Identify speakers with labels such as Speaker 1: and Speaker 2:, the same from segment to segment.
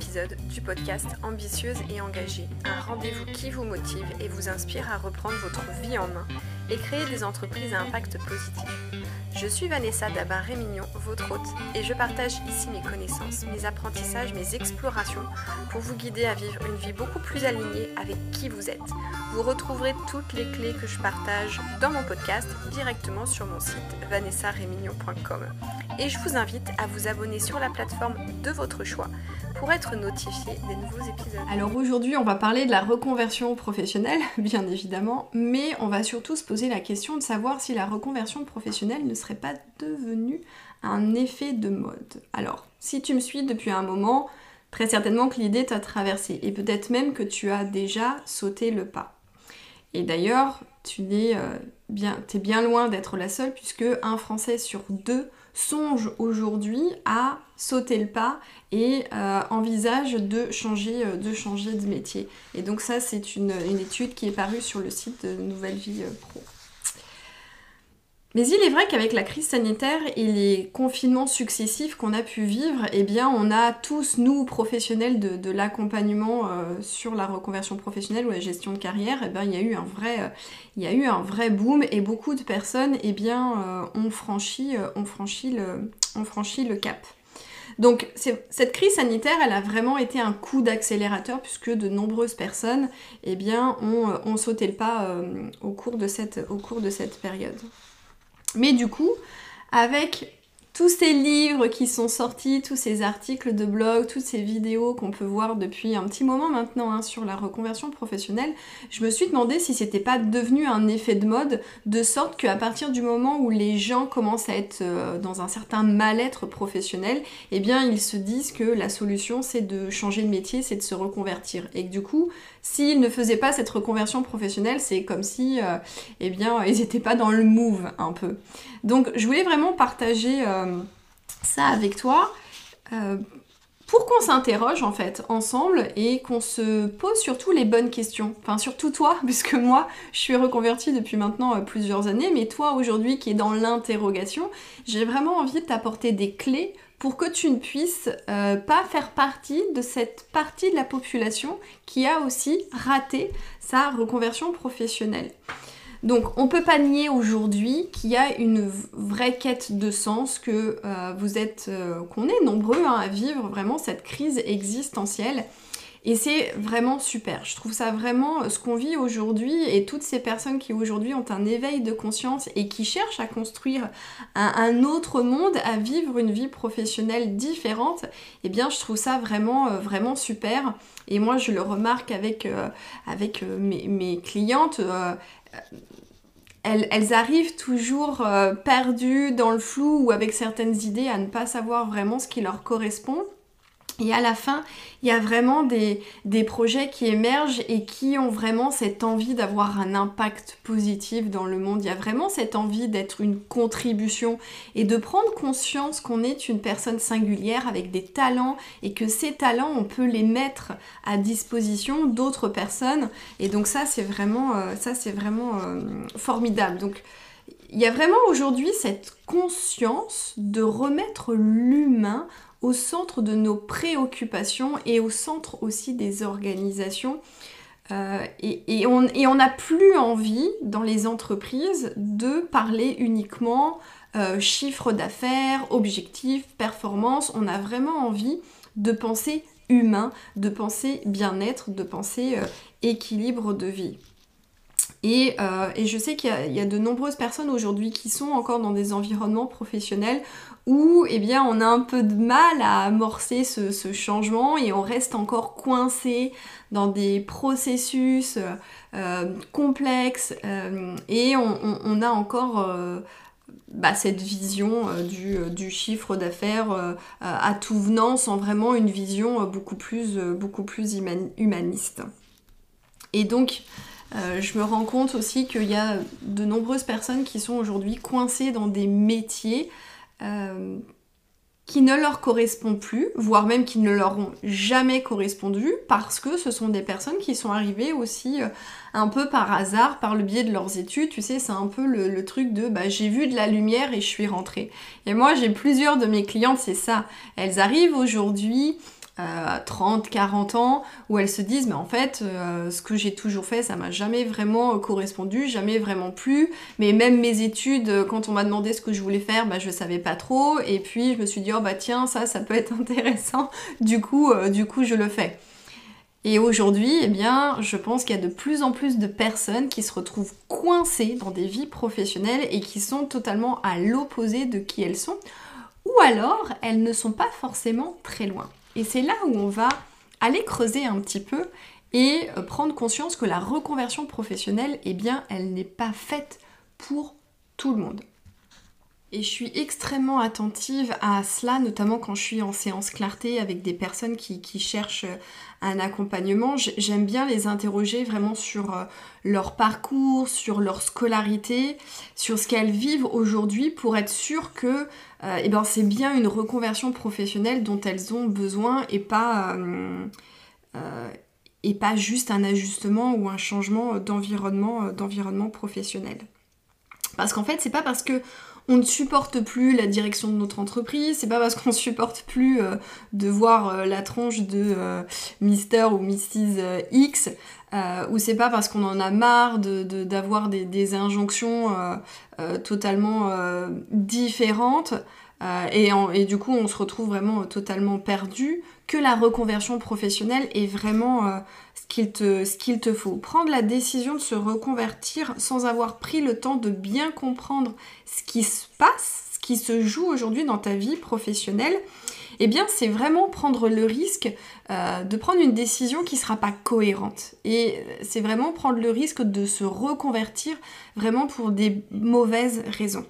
Speaker 1: épisode du podcast Ambitieuse et engagée, un rendez-vous qui vous motive et vous inspire à reprendre votre vie en main et créer des entreprises à impact positif. Je suis Vanessa Dabbin-Rémignon, votre hôte, et je partage ici mes connaissances, mes apprentissages, mes explorations pour vous guider à vivre une vie beaucoup plus alignée avec qui vous êtes. Vous retrouverez toutes les clés que je partage dans mon podcast directement sur mon site vanessarémignon.com. Et je vous invite à vous abonner sur la plateforme de votre choix pour être notifié des nouveaux épisodes.
Speaker 2: Alors aujourd'hui, on va parler de la reconversion professionnelle, bien évidemment, mais on va surtout se poser la question de savoir si la reconversion professionnelle ne serait pas devenue un effet de mode. Alors, si tu me suis depuis un moment, très certainement que l'idée t'a traversé, et peut-être même que tu as déjà sauté le pas. Et d'ailleurs, t'es bien loin d'être la seule, puisque un Français sur deux songe aujourd'hui à sauter le pas et envisage de changer de métier. Et donc ça, c'est une étude qui est parue sur le site de Nouvelle Vie Pro. Mais il est vrai qu'avec la crise sanitaire et les confinements successifs qu'on a pu vivre, eh bien on a tous, nous, professionnels de l'accompagnement sur la reconversion professionnelle ou la gestion de carrière, eh bien il y a eu un vrai boom et beaucoup de personnes eh bien, ont franchi le cap. Donc cette crise sanitaire, elle a vraiment été un coup d'accélérateur puisque de nombreuses personnes eh bien, ont sauté le pas au cours de cette période. Mais du coup, avec tous ces livres qui sont sortis, tous ces articles de blog, toutes ces vidéos qu'on peut voir depuis un petit moment maintenant sur la reconversion professionnelle, je me suis demandé si c'était pas devenu un effet de mode, de sorte qu'à partir du moment où les gens commencent à être dans un certain mal-être professionnel, eh bien ils se disent que la solution c'est de changer de métier, c'est de se reconvertir. Et que du coup, s'ils ne faisaient pas cette reconversion professionnelle, c'est comme si eh bien, ils n'étaient pas dans le move un peu. Donc je voulais vraiment partager ça avec toi pour qu'on s'interroge en fait ensemble et qu'on se pose surtout les bonnes questions. Enfin surtout toi, puisque moi je suis reconvertie depuis maintenant plusieurs années, mais toi aujourd'hui qui es dans l'interrogation, j'ai vraiment envie de t'apporter des clés pour que tu ne puisses pas faire partie de cette partie de la population qui a aussi raté sa reconversion professionnelle. Donc on peut pas nier aujourd'hui qu'il y a une vraie quête de sens, que qu'on est nombreux à vivre vraiment cette crise existentielle. Et c'est vraiment super. Je trouve ça vraiment, ce qu'on vit aujourd'hui et toutes ces personnes qui aujourd'hui ont un éveil de conscience et qui cherchent à construire un autre monde, à vivre une vie professionnelle différente, eh bien je trouve ça vraiment, vraiment super. Et moi je le remarque avec mes clientes. Elles arrivent toujours perdues dans le flou ou avec certaines idées à ne pas savoir vraiment ce qui leur correspond. Et à la fin, il y a vraiment des projets qui émergent et qui ont vraiment cette envie d'avoir un impact positif dans le monde. Il y a vraiment cette envie d'être une contribution et de prendre conscience qu'on est une personne singulière avec des talents et que ces talents, on peut les mettre à disposition d'autres personnes. Et donc ça, c'est vraiment formidable. Donc, il y a vraiment aujourd'hui cette conscience de remettre l'humain au centre de nos préoccupations et au centre aussi des organisations. Et on n'a plus envie dans les entreprises de parler uniquement chiffre d'affaires, objectifs, performance. On a vraiment envie de penser humain, de penser bien-être, de penser équilibre de vie. Et je sais qu'il y a de nombreuses personnes aujourd'hui qui sont encore dans des environnements professionnels où eh bien, on a un peu de mal à amorcer ce changement et on reste encore coincé dans des processus complexes et on a encore cette vision du chiffre d'affaires à tout venant sans vraiment une vision beaucoup plus humaniste. Et donc, je me rends compte aussi qu'il y a de nombreuses personnes qui sont aujourd'hui coincées dans des métiers qui ne leur correspondent plus, voire même qui ne leur ont jamais correspondu, parce que ce sont des personnes qui sont arrivées aussi un peu par hasard, par le biais de leurs études. Tu sais, c'est un peu le truc de j'ai vu de la lumière et je suis rentrée. Et moi, j'ai plusieurs de mes clientes, c'est ça. Elles arrivent aujourd'hui 30, 40 ans, où elles se disent mais en fait ce que j'ai toujours fait ça m'a jamais vraiment correspondu, jamais vraiment plu, mais même mes études quand on m'a demandé ce que je voulais faire, je savais pas trop, et puis je me suis dit oh tiens ça peut être intéressant, du coup je le fais. Et aujourd'hui, eh bien, je pense qu'il y a de plus en plus de personnes qui se retrouvent coincées dans des vies professionnelles et qui sont totalement à l'opposé de qui elles sont, ou alors elles ne sont pas forcément très loin. Et c'est là où on va aller creuser un petit peu et prendre conscience que la reconversion professionnelle, eh bien, elle n'est pas faite pour tout le monde. Et je suis extrêmement attentive à cela, notamment quand je suis en séance clarté avec des personnes qui cherchent un accompagnement. J'aime bien les interroger vraiment sur leur parcours, sur leur scolarité, sur ce qu'elles vivent aujourd'hui pour être sûre que c'est bien une reconversion professionnelle dont elles ont besoin et pas juste un ajustement ou un changement d'environnement professionnel. Parce qu'en fait, c'est pas parce que on ne supporte plus la direction de notre entreprise, c'est pas parce qu'on supporte plus de voir la tronche de Mister ou Mrs X, ou c'est pas parce qu'on en a marre d'avoir des injonctions totalement différentes, et du coup on se retrouve vraiment totalement perdu, que la reconversion professionnelle est vraiment ce qu'il te faut. Prendre la décision de se reconvertir sans avoir pris le temps de bien comprendre ce qui se passe, ce qui se joue aujourd'hui dans ta vie professionnelle, eh bien c'est vraiment prendre le risque de prendre une décision qui ne sera pas cohérente. Et c'est vraiment prendre le risque de se reconvertir vraiment pour des mauvaises raisons.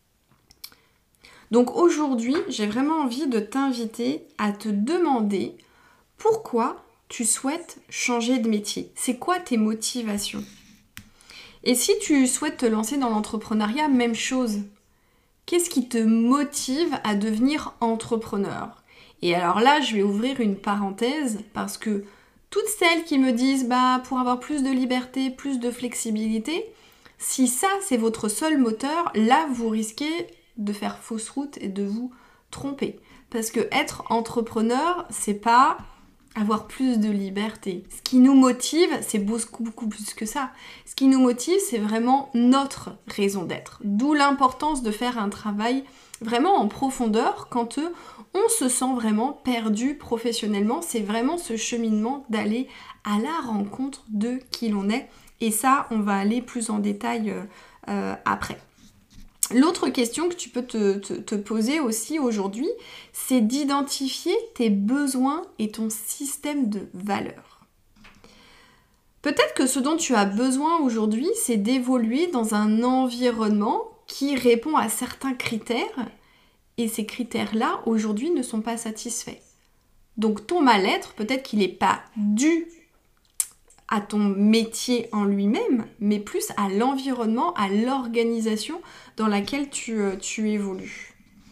Speaker 2: Donc aujourd'hui, j'ai vraiment envie de t'inviter à te demander pourquoi tu souhaites changer de métier. C'est quoi tes motivations? Et si tu souhaites te lancer dans l'entrepreneuriat, même chose. Qu'est-ce qui te motive à devenir entrepreneur? Et alors là, je vais ouvrir une parenthèse parce que toutes celles qui me disent pour avoir plus de liberté, plus de flexibilité, si ça c'est votre seul moteur, là vous risquez de faire fausse route et de vous tromper. Parce que être entrepreneur, c'est pas avoir plus de liberté. Ce qui nous motive, c'est beaucoup plus que ça. Ce qui nous motive, c'est vraiment notre raison d'être. D'où l'importance de faire un travail vraiment en profondeur quand on se sent vraiment perdu professionnellement. C'est vraiment ce cheminement d'aller à la rencontre de qui l'on est. Et ça, on va aller plus en détail après. L'autre question que tu peux te poser aussi aujourd'hui, c'est d'identifier tes besoins et ton système de valeurs. Peut-être que ce dont tu as besoin aujourd'hui, c'est d'évoluer dans un environnement qui répond à certains critères, et ces critères-là, aujourd'hui, ne sont pas satisfaits. Donc ton mal-être, peut-être qu'il n'est pas dû à ton métier en lui-même, mais plus à l'environnement, à l'organisation dans laquelle tu évolues.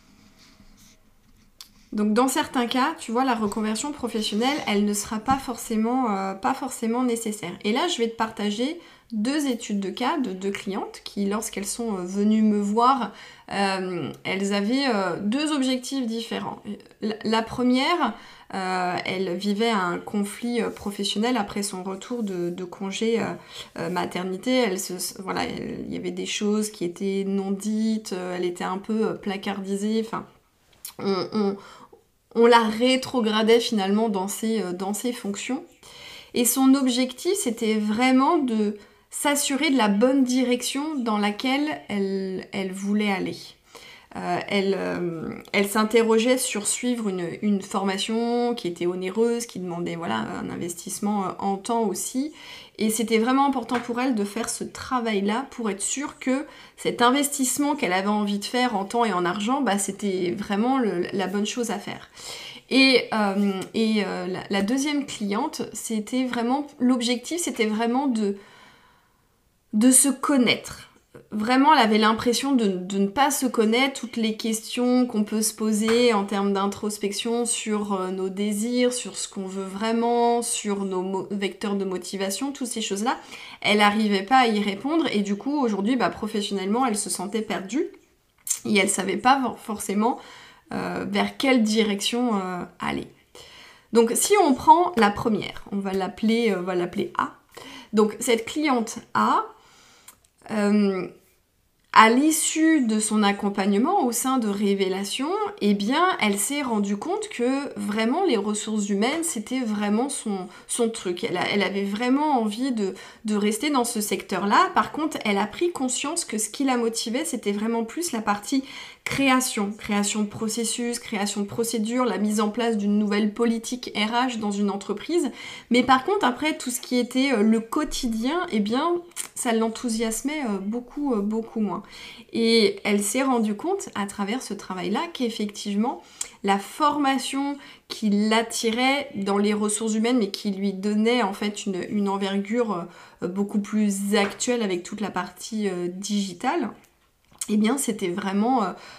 Speaker 2: Donc dans certains cas, tu vois, la reconversion professionnelle, elle ne sera pas forcément nécessaire. Et là, je vais te partager 2 études de cas de 2 clientes qui, lorsqu'elles sont venues me voir, elles avaient 2 objectifs différents. La première, elle vivait un conflit professionnel après son retour de congé maternité. Il y avait des choses qui étaient non dites, elle était un peu placardisée, enfin... On la rétrogradait finalement dans ses fonctions. Et son objectif, c'était vraiment de s'assurer de la bonne direction dans laquelle elle voulait aller. Elle s'interrogeait sur suivre une formation qui était onéreuse, qui demandait un investissement en temps aussi. Et c'était vraiment important pour elle de faire ce travail-là pour être sûre que cet investissement qu'elle avait envie de faire en temps et en argent, c'était vraiment la bonne chose à faire. Et la deuxième cliente, l'objectif c'était vraiment de se connaître. Vraiment, elle avait l'impression de ne pas se connaître, toutes les questions qu'on peut se poser en termes d'introspection sur nos désirs, sur ce qu'on veut vraiment, sur nos vecteurs de motivation, toutes ces choses-là, elle n'arrivait pas à y répondre et du coup, aujourd'hui, professionnellement, elle se sentait perdue et elle ne savait pas forcément vers quelle direction aller. Donc si on prend la première, on va l'appeler A. Donc cette cliente A, à l'issue de son accompagnement au sein de Révélation, eh bien, elle s'est rendue compte que vraiment les ressources humaines, c'était vraiment son truc. Elle avait vraiment envie de rester dans ce secteur-là. Par contre, elle a pris conscience que ce qui la motivait, c'était vraiment plus la partie création de processus, création de procédures, la mise en place d'une nouvelle politique RH dans une entreprise. Mais par contre, après, tout ce qui était le quotidien, eh bien, ça l'enthousiasmait beaucoup moins. Et elle s'est rendue compte, à travers ce travail-là, qu'effectivement, la formation qui l'attirait dans les ressources humaines, mais qui lui donnait en fait une envergure beaucoup plus actuelle avec toute la partie digitale, eh bien, c'était vraiment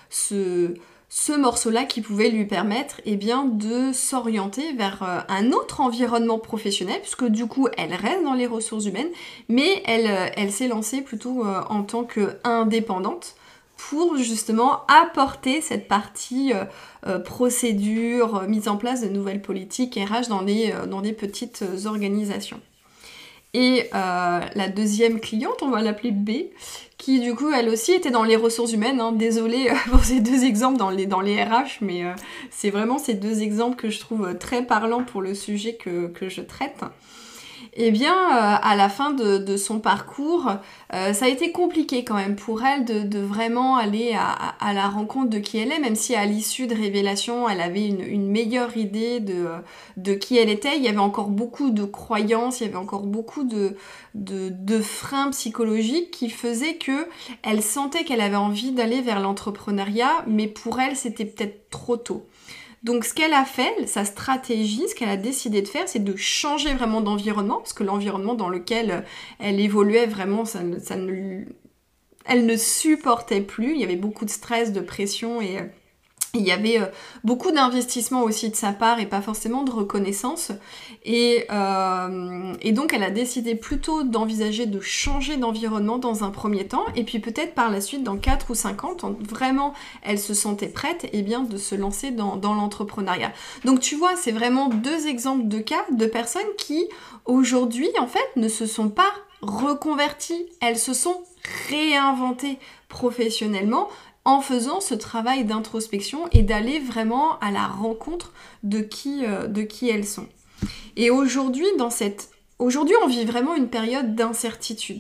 Speaker 2: ce morceau-là qui pouvait lui permettre eh bien, de s'orienter vers un autre environnement professionnel, puisque du coup, elle reste dans les ressources humaines, mais elle s'est lancée plutôt en tant qu'indépendante pour justement apporter cette partie procédure, mise en place de nouvelles politiques RH dans des petites organisations. Et la deuxième cliente, on va l'appeler B, qui du coup elle aussi était dans les ressources humaines. Désolée pour ces deux exemples dans les RH, mais c'est vraiment ces deux exemples que je trouve très parlants pour le sujet que je traite. Eh bien, à la fin de son parcours, ça a été compliqué quand même pour elle de vraiment aller à la rencontre de qui elle est, même si à l'issue de Révélation, elle avait une meilleure idée de qui elle était. Il y avait encore beaucoup de croyances, il y avait encore beaucoup de freins psychologiques qui faisaient que elle sentait qu'elle avait envie d'aller vers l'entrepreneuriat, mais pour elle, c'était peut-être trop tôt. Donc ce qu'elle a fait, sa stratégie, ce qu'elle a décidé de faire, c'est de changer vraiment d'environnement, parce que l'environnement dans lequel elle évoluait vraiment, elle ne supportait plus, il y avait beaucoup de stress, de pression et il y avait beaucoup d'investissement aussi de sa part et pas forcément de reconnaissance. Et donc elle a décidé plutôt d'envisager de changer d'environnement dans un premier temps et puis peut-être par la suite dans 4 ou 5 ans, quand vraiment elle se sentait prête, eh bien de se lancer dans l'entrepreneuriat. Donc tu vois, c'est vraiment deux exemples de cas de personnes qui aujourd'hui en fait ne se sont pas reconverties, elles se sont réinventées professionnellement en faisant ce travail d'introspection et d'aller vraiment à la rencontre de qui elles sont. Et aujourd'hui, on vit vraiment une période d'incertitude.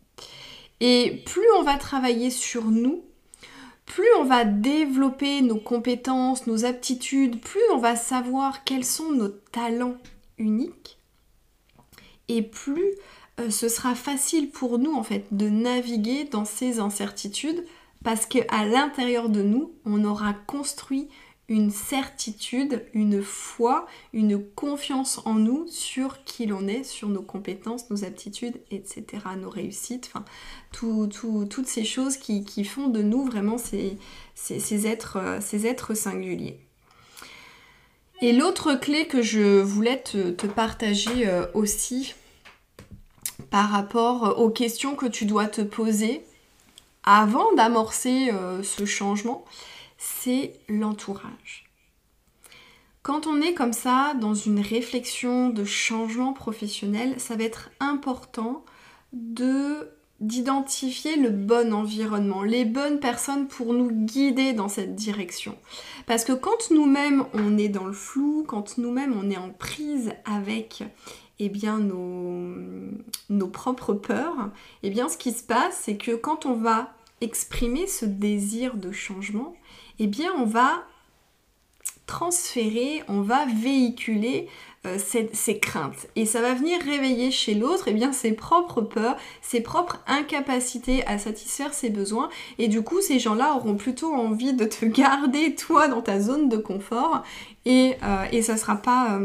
Speaker 2: Et plus on va travailler sur nous, plus on va développer nos compétences, nos aptitudes, plus on va savoir quels sont nos talents uniques, et plus ce sera facile pour nous en fait de naviguer dans ces incertitudes parce qu'à l'intérieur de nous, on aura construit une certitude, une foi, une confiance en nous sur qui l'on est, sur nos compétences, nos aptitudes, etc., nos réussites, enfin, toutes ces choses qui font de nous vraiment ces êtres singuliers. Et l'autre clé que je voulais te partager aussi par rapport aux questions que tu dois te poser avant d'amorcer ce changement, c'est l'entourage. Quand on est comme ça dans une réflexion de changement professionnel, ça va être important d'identifier le bon environnement, les bonnes personnes pour nous guider dans cette direction. Parce que quand nous-mêmes on est dans le flou, quand nous-mêmes on est en prise avec eh bien, nos propres peurs, eh bien ce qui se passe, c'est que quand on va exprimer ce désir de changement, eh bien on va transférer, on va véhiculer ces craintes. Et ça va venir réveiller chez l'autre eh bien, ses propres peurs, ses propres incapacités à satisfaire ses besoins. Et du coup, ces gens-là auront plutôt envie de te garder, toi, dans ta zone de confort. Et ça sera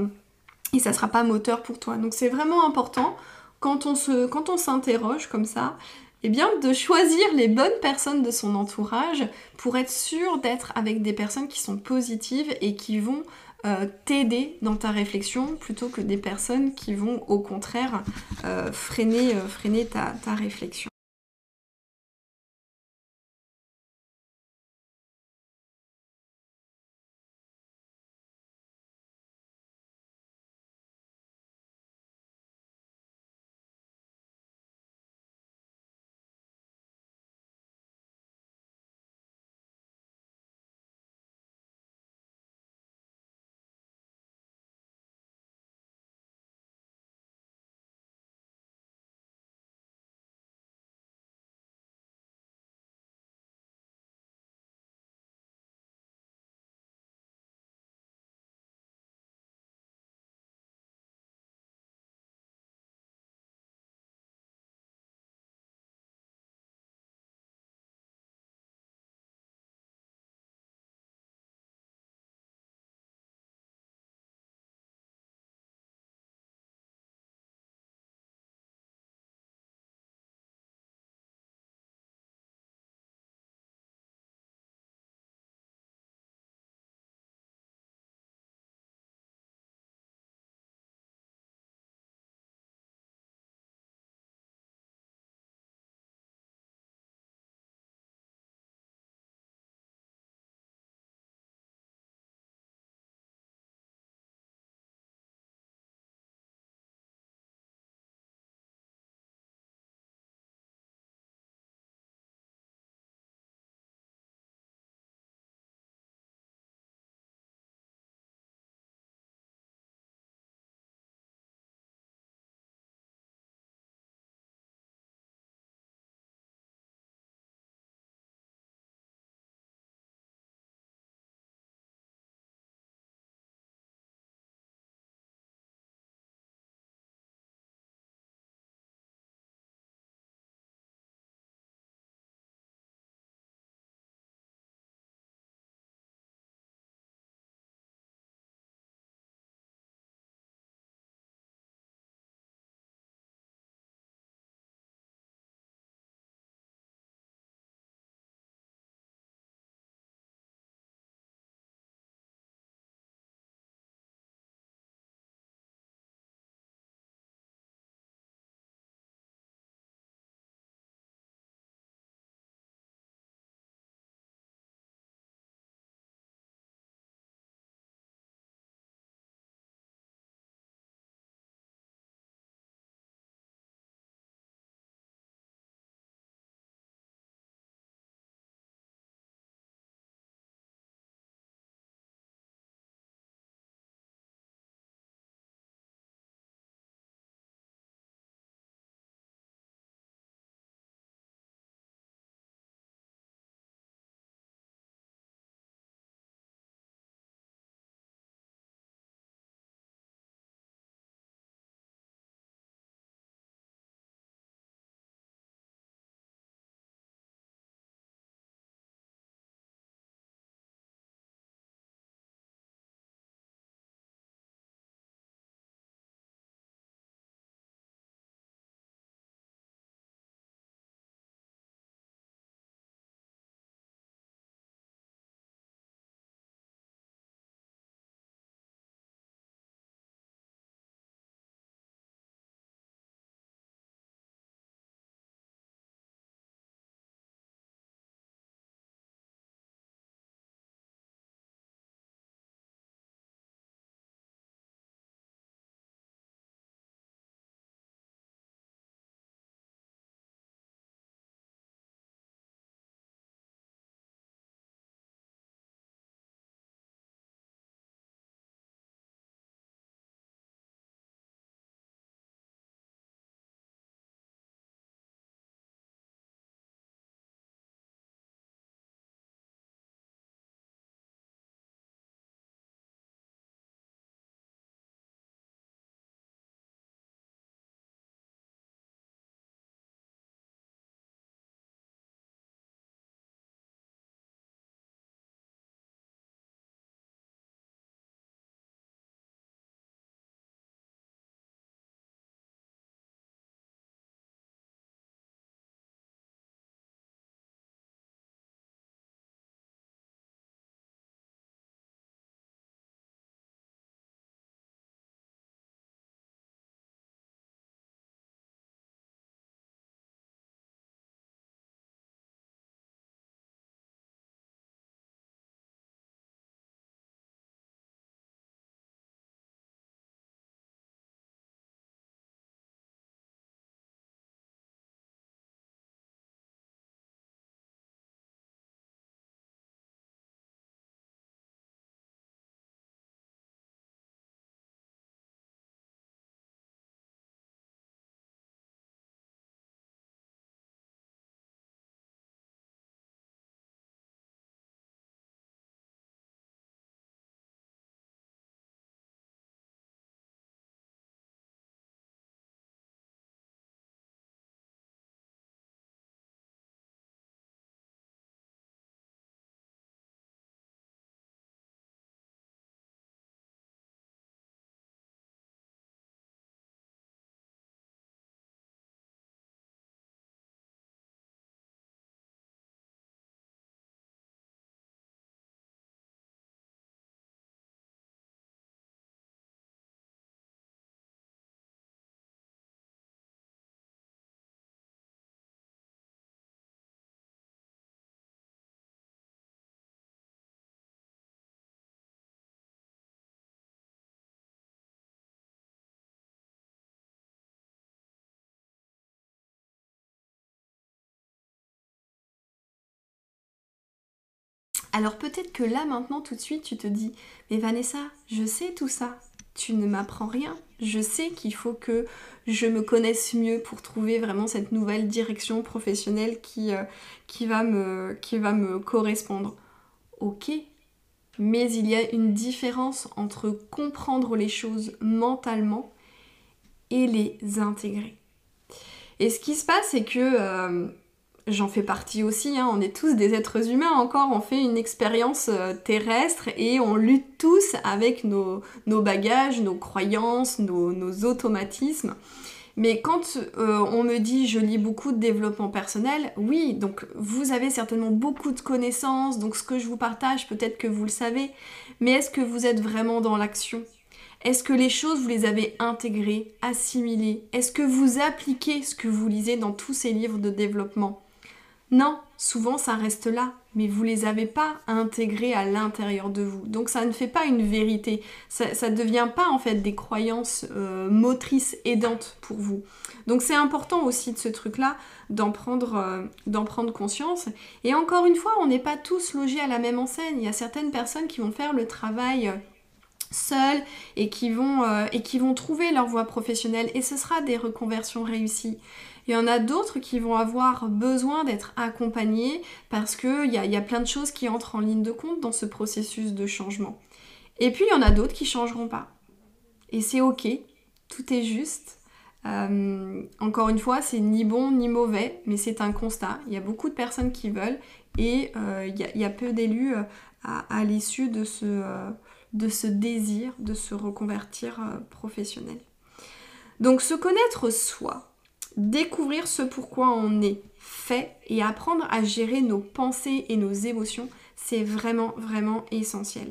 Speaker 2: pas moteur pour toi. Donc c'est vraiment important, quand on s'interroge comme ça, eh bien, de choisir les bonnes personnes de son entourage pour être sûr d'être avec des personnes qui sont positives et qui vont t'aider dans ta réflexion plutôt que des personnes qui vont au contraire freiner ta réflexion. Alors peut-être que là maintenant tout de suite tu te dis mais Vanessa, je sais tout ça, tu ne m'apprends rien, je sais qu'il faut que je me connaisse mieux pour trouver vraiment cette nouvelle direction professionnelle qui va me correspondre. Ok, mais il y a une différence entre comprendre les choses mentalement et les intégrer. Et ce qui se passe, c'est que j'en fais partie aussi, hein, on est tous des êtres humains encore, on fait une expérience terrestre et on lutte tous avec nos bagages, nos croyances, nos automatismes. Mais quand on me dit je lis beaucoup de développement personnel, oui, donc vous avez certainement beaucoup de connaissances, donc ce que je vous partage, peut-être que vous le savez, mais est-ce que vous êtes vraiment dans l'action ? Est-ce que les choses, vous les avez intégrées, assimilées ? Est-ce que vous appliquez ce que vous lisez dans tous ces livres de développement ? Non, souvent ça reste là, mais vous les avez pas intégrés à l'intérieur de vous. Donc ça ne fait pas une vérité, ça ne devient pas en fait des croyances motrices aidantes pour vous. Donc c'est important aussi de ce truc-là d'en prendre conscience. Et encore une fois, on n'est pas tous logés à la même enseigne. Il y a certaines personnes qui vont faire le travail seules et qui vont trouver leur voie professionnelle et ce sera des reconversions réussies. Il y en a d'autres qui vont avoir besoin d'être accompagnés parce qu'il y a plein de choses qui entrent en ligne de compte dans ce processus de changement. Et puis il y en a d'autres qui ne changeront pas. Et c'est ok, tout est juste. Encore une fois, c'est ni bon ni mauvais, mais c'est un constat. Il y a beaucoup de personnes qui veulent et il y a peu d'élus à l'issue de ce désir de se reconvertir professionnel. Donc se connaître soi, découvrir ce pourquoi on est fait et apprendre à gérer nos pensées et nos émotions, c'est vraiment, vraiment essentiel.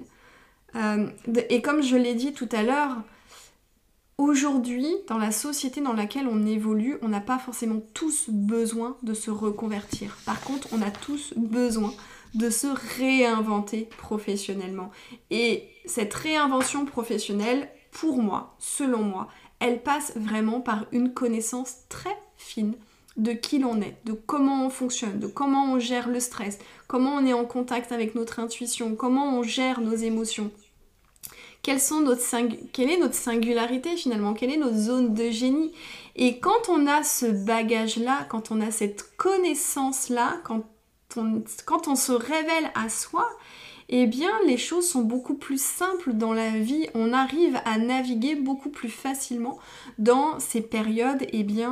Speaker 2: Et comme je l'ai dit tout à l'heure, aujourd'hui, dans la société dans laquelle on évolue, on n'a pas forcément tous besoin de se reconvertir. Par contre, on a tous besoin de se réinventer professionnellement. Et cette réinvention professionnelle, pour moi, selon moi, elle passe vraiment par une connaissance très fine de qui l'on est, de comment on fonctionne, de comment on gère le stress, comment on est en contact avec notre intuition, comment on gère nos émotions. Quelle est notre singularité finalement? Quelle est notre zone de génie? Et quand on a ce bagage-là, quand on a cette connaissance-là, quand on se révèle à soi, eh bien les choses sont beaucoup plus simples dans la vie. On arrive à naviguer beaucoup plus facilement dans ces périodes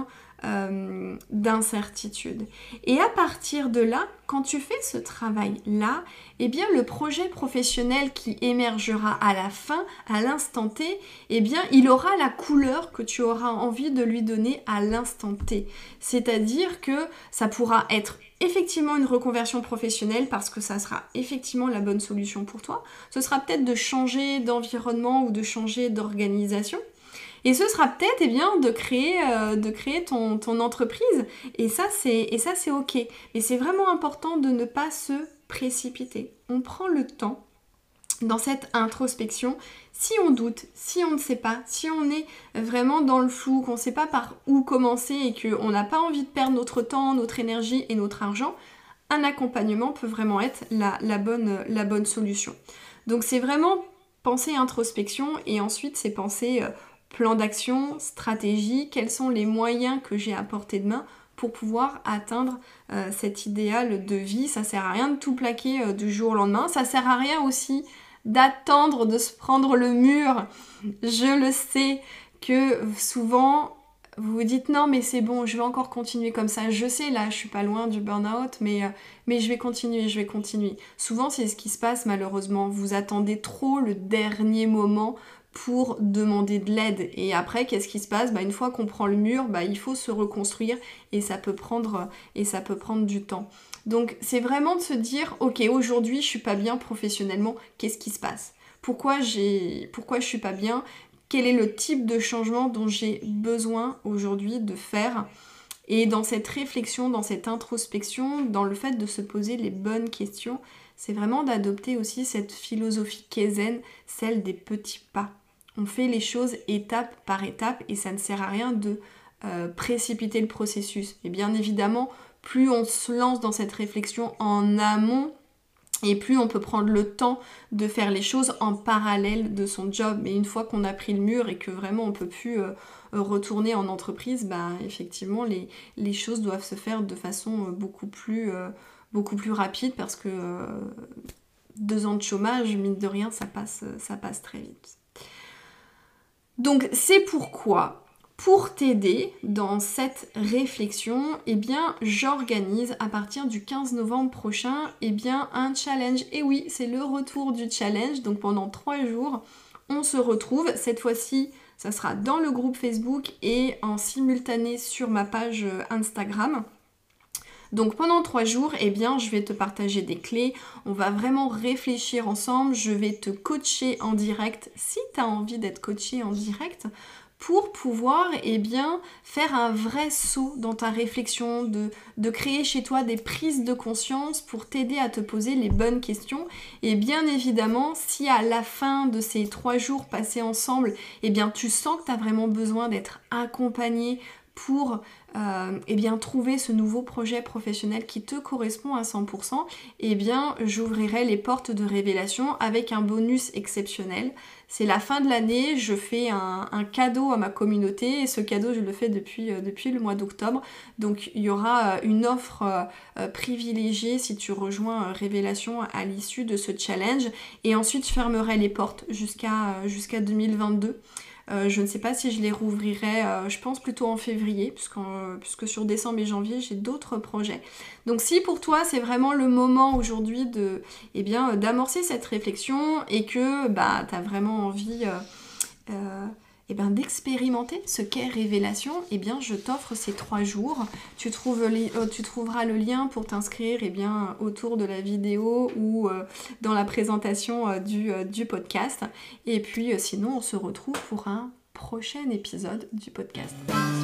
Speaker 2: d'incertitude. Et à partir de là, quand tu fais ce travail-là, eh bien le projet professionnel qui émergera à la fin, à l'instant T, eh bien il aura la couleur que tu auras envie de lui donner à l'instant T. C'est-à-dire que ça pourra être effectivement une reconversion professionnelle parce que ça sera effectivement la bonne solution pour toi. Ce sera peut-être de changer d'environnement ou de changer d'organisation. Et ce sera peut-être de créer ton entreprise. Et ça, c'est ok. Mais c'est vraiment important de ne pas se précipiter. On prend le temps dans cette introspection. Si on doute, si on ne sait pas, si on est vraiment dans le flou, qu'on ne sait pas par où commencer et qu'on n'a pas envie de perdre notre temps, notre énergie et notre argent, un accompagnement peut vraiment être la bonne solution. Donc c'est vraiment penser introspection et ensuite c'est penser plan d'action, stratégie, quels sont les moyens que j'ai à portée de main pour pouvoir atteindre cet idéal de vie. Ça sert à rien de tout plaquer du jour au lendemain. Ça sert à rien aussi d'attendre de se prendre le mur. Je le sais que souvent vous vous dites non mais c'est bon, je vais encore continuer comme ça. Je sais là, je suis pas loin du burn-out, mais je vais continuer. Souvent c'est ce qui se passe malheureusement. Vous attendez trop le dernier moment pour demander de l'aide. Et après, qu'est-ce qui se passe? Une fois qu'on prend le mur, il faut se reconstruire et ça peut prendre du temps. Donc c'est vraiment de se dire, ok, aujourd'hui je suis pas bien professionnellement, qu'est-ce qui se passe? Pourquoi je suis pas bien? Quel est le type de changement dont j'ai besoin aujourd'hui de faire? Et dans cette réflexion, dans cette introspection, dans le fait de se poser les bonnes questions, c'est vraiment d'adopter aussi cette philosophie kaizen, celle des petits pas. On fait les choses étape par étape et ça ne sert à rien de précipiter le processus. Et bien évidemment, plus on se lance dans cette réflexion en amont, Et plus on peut prendre le temps de faire les choses en parallèle de son job. Mais une fois qu'on a pris le mur et que vraiment on peut plus retourner en entreprise, bah effectivement les choses doivent se faire de façon beaucoup plus rapide parce que 2 ans de chômage, mine de rien, ça passe très vite. Donc c'est pourquoi, pour t'aider dans cette réflexion, eh bien j'organise à partir du 15 novembre prochain un challenge. Et oui, c'est le retour du challenge, donc pendant 3 jours, on se retrouve. Cette fois-ci, ça sera dans le groupe Facebook et en simultané sur ma page Instagram. Donc pendant 3 jours, je vais te partager des clés, on va vraiment réfléchir ensemble, je vais te coacher en direct si tu as envie d'être coaché en direct pour pouvoir faire un vrai saut dans ta réflexion, de créer chez toi des prises de conscience pour t'aider à te poser les bonnes questions. Et bien évidemment, si à la fin de ces 3 jours passés ensemble, tu sens que tu as vraiment besoin d'être accompagné pour trouver ce nouveau projet professionnel qui te correspond à 100%, j'ouvrirai les portes de révélation avec un bonus exceptionnel. C'est la fin de l'année, je fais un cadeau à ma communauté et ce cadeau je le fais depuis le mois d'octobre. Donc il y aura une offre privilégiée si tu rejoins Révélation à l'issue de ce challenge et ensuite je fermerai les portes jusqu'à 2022. Je ne sais pas si je les rouvrirai, je pense plutôt en février, puisque sur décembre et janvier, j'ai d'autres projets. Donc si pour toi, c'est vraiment le moment aujourd'hui d'amorcer cette réflexion et que tu as vraiment envie d'expérimenter ce qu'est Révélation, je t'offre ces 3 jours. Tu trouveras le lien pour t'inscrire autour de la vidéo ou dans la présentation du podcast. Et puis sinon, on se retrouve pour un prochain épisode du podcast.